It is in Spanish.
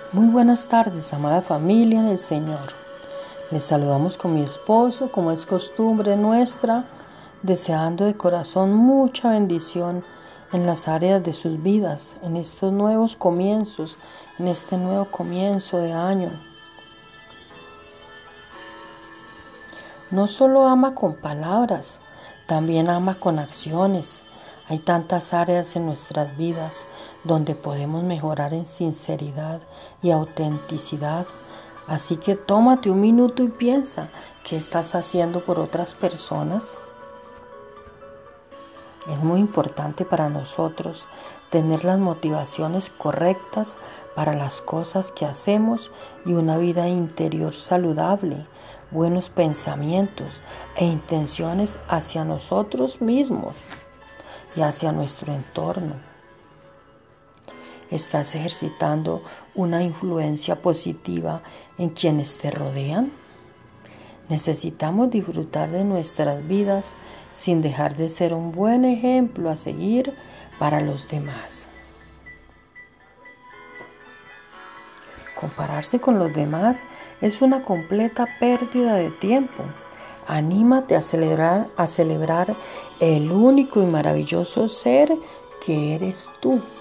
Muy buenas tardes, amada familia del Señor. Les saludamos con mi esposo, como es costumbre nuestra, deseando de corazón mucha bendición en las áreas de sus vidas, en estos nuevos comienzos, en este nuevo comienzo de año. No solo ama con palabras, también ama con acciones. Hay tantas áreas en nuestras vidas donde podemos mejorar en sinceridad y autenticidad. Así que tómate un minuto y piensa, ¿qué estás haciendo por otras personas? Es muy importante para nosotros tener las motivaciones correctas para las cosas que hacemos y una vida interior saludable, buenos pensamientos e intenciones hacia nosotros mismos y hacia nuestro entorno. ¿Estás ejercitando una influencia positiva en quienes te rodean? Necesitamos disfrutar de nuestras vidas sin dejar de ser un buen ejemplo a seguir para los demás. Compararse con los demás es una completa pérdida de tiempo. Anímate a celebrar el único y maravilloso ser que eres tú.